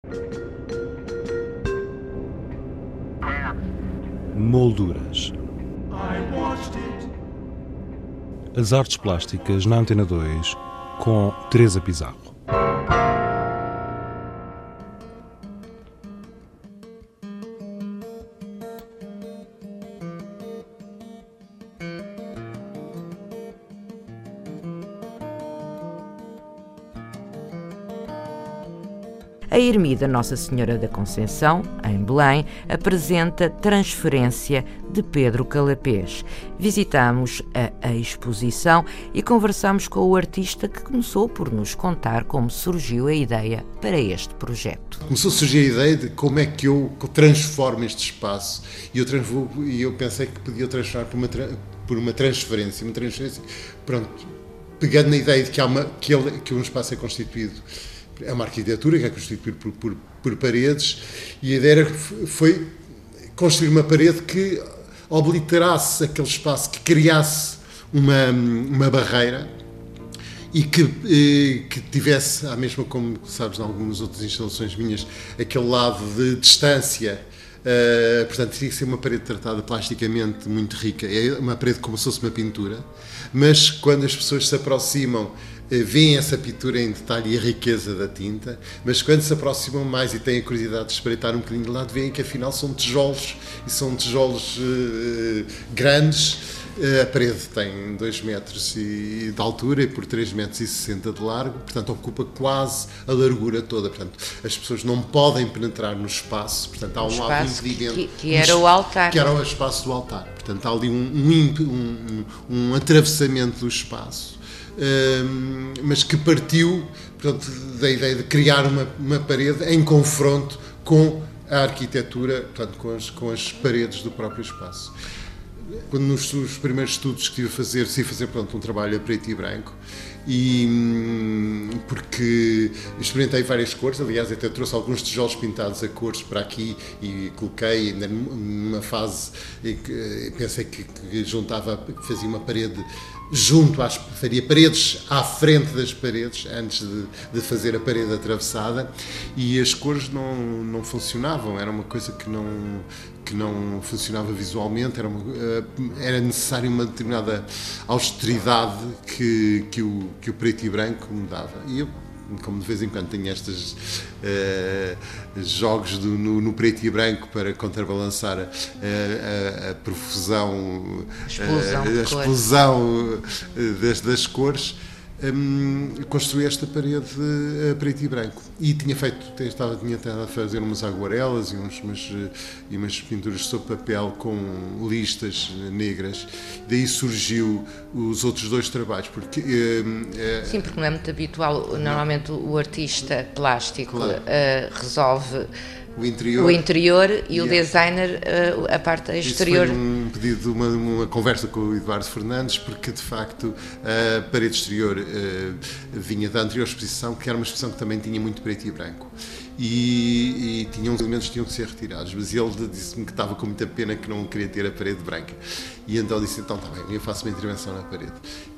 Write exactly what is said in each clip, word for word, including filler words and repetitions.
Molduras. As artes plásticas na Antena dois com Teresa Pizarro. A Ermida Nossa Senhora da Conceição, em Belém, apresenta Transferência de Pedro Calapés. Visitamos a exposição e conversamos com o artista que começou por nos contar como surgiu a ideia para este projeto. Começou a surgir a ideia de como é que eu transformo este espaço e eu, transformo, e eu pensei que podia transformar por uma, por uma transferência, uma transferência, pronto, pegando na ideia de que, há uma, que, ele, que um espaço é constituído. É uma arquitetura que é constituída por, por, por paredes e a ideia foi construir uma parede que obliterasse aquele espaço, que criasse uma, uma barreira e que, eh, que tivesse, a mesma como sabes em algumas outras instalações minhas, aquele lado de distância. Uh, portanto, tinha que ser uma parede tratada plasticamente muito rica. É uma parede como se fosse uma pintura, mas quando as pessoas se aproximam, uh, veem essa pintura em detalhe e a riqueza da tinta, mas quando se aproximam mais e têm a curiosidade de espreitar um bocadinho de lado, veem que afinal são tijolos, e são tijolos uh, grandes. A parede tem dois metros de altura e por três metros e sessenta de largo, portanto ocupa quase a largura toda. Portanto, as pessoas não podem penetrar no espaço, portanto há um lado impedimento. Que, que era o altar. Que era o espaço do altar. Portanto, há ali um, um, um, um atravessamento do espaço, um, mas que partiu, portanto, da ideia de criar uma, uma parede em confronto com a arquitetura, portanto, com as, com as paredes do próprio espaço. Quando nos, nos primeiros estudos que estive a fazer, estive a fazer pronto, um trabalho a preto e branco, e, porque experimentei várias cores, aliás até trouxe alguns tijolos pintados a cores para aqui e coloquei ainda numa fase em que pensei que, que juntava, que fazia uma parede junto às, faria paredes à frente das paredes antes de, de fazer a parede atravessada, e as cores não, não funcionavam, era uma coisa que não, que não funcionava visualmente, era, uma, era necessária uma determinada austeridade que, que, o, que o preto e branco me dava. E eu, como de vez em quando tenho estes uh, jogos do, no, no preto e branco para contrabalançar a, a, a profusão, a explosão, a, a explosão das, das cores, um, construí esta parede a preto e branco. E tinha feito, estava, tinha tentado fazer umas aguarelas e, uns, umas, e umas pinturas sob papel com listas negras. Daí surgiu os outros dois trabalhos. Porque, uh, Sim, porque não é muito habitual. Normalmente o artista plástico claro. uh, resolve o interior, o interior e yeah. o designer uh, a parte exterior. Isso foi um pedido, uma, uma conversa com o Eduardo Fernandes, porque de facto a parede exterior uh, vinha da anterior exposição, que era uma exposição que também tinha muito preto e branco. E, e tinham, os elementos tinham que ser retirados, mas ele disse-me que estava com muita pena, que não queria ter a parede branca, e então disse, então está bem, eu faço uma intervenção na parede,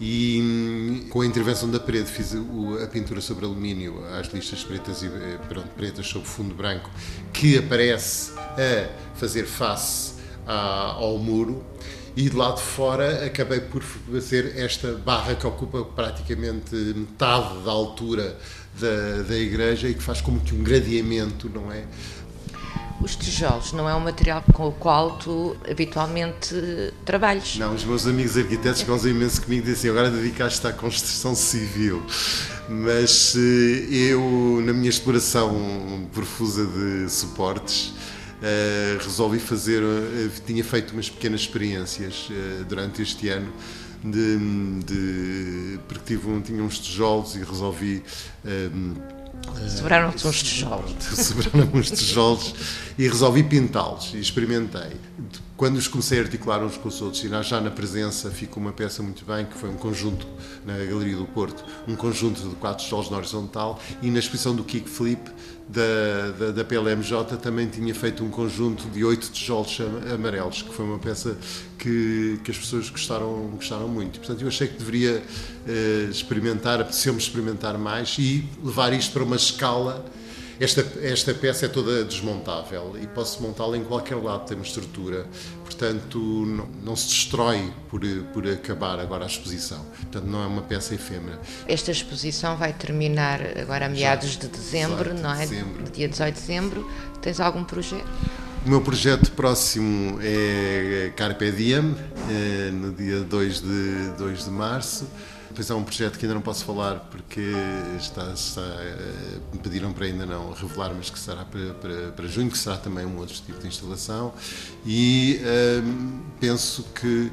e com a intervenção da parede fiz o, a pintura sobre alumínio, às listas pretas, e, pronto, pretas sobre fundo branco, que aparece a fazer face à, ao muro, e de lado de fora acabei por fazer esta barra que ocupa praticamente metade da altura da, da igreja e que faz como que um gradeamento, não é? Os tijolos não é um material com o qual tu habitualmente trabalhas? Não, os meus amigos arquitetos gozam imenso comigo e dizem, agora dedicaste-te à construção civil. Mas eu, na minha exploração profusa de suportes, Uh, resolvi fazer, uh, tinha feito umas pequenas experiências uh, durante este ano, de, de, porque tive um, tinha uns tijolos e resolvi... Uh, Sobraram-te uns tijolos. Sobraram-me uns tijolos e resolvi pintá-los e experimentei. Quando os comecei a articular uns com os outros, e já na presença ficou uma peça muito bem, que foi um conjunto na Galeria do Porto, um conjunto de quatro tijolos na horizontal, e na exposição do Kiko Filipe, da, da, da P L M J, também tinha feito um conjunto de oito tijolos amarelos, que foi uma peça que, que as pessoas gostaram, gostaram muito. Portanto, eu achei que deveria uh, experimentar, apeteceu-me experimentar mais e levar isto para uma escala esta, esta peça é toda desmontável e posso montá-la em qualquer lado, tem uma estrutura, portanto não, não se destrói por, por acabar agora a exposição, portanto não é uma peça efêmera. Esta exposição vai terminar agora a meados Já, de dezembro, não é? Dezembro. Dia dezoito de dezembro. Tens algum projeto? O meu projeto próximo é Carpe Diem, é no dia dois de março. Depois é um projeto que ainda não posso falar porque está, está, me pediram para ainda não revelar, mas que será para, para, para junho, que será também um outro tipo de instalação. E hum, penso que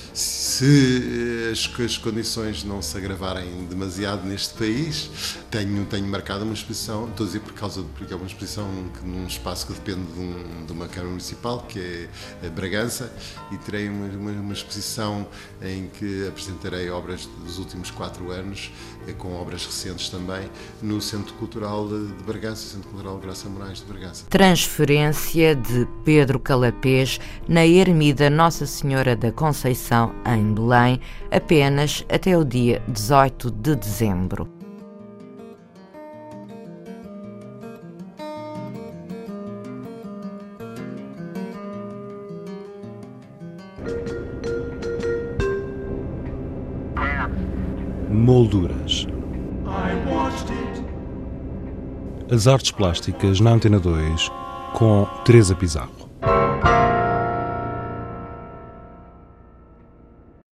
se as, as condições não se agravarem demasiado neste país, tenho, tenho marcado uma exposição, estou a dizer por causa de, porque é uma exposição que, num espaço que depende de, um, de uma Câmara Municipal, que é a Bragança, e terei uma, uma, uma exposição em que apresentarei obras dos últimos quatro anos, com obras recentes também, no Centro Cultural de Bragança, Centro Cultural Graça Moraes de Bragança. Transferência de Pedro Calapés na Ermida Nossa Senhora da Conceição, em Belém, apenas até o dia dezoito de dezembro. Molduras. As artes plásticas na Antena dois com Teresa Pizarro.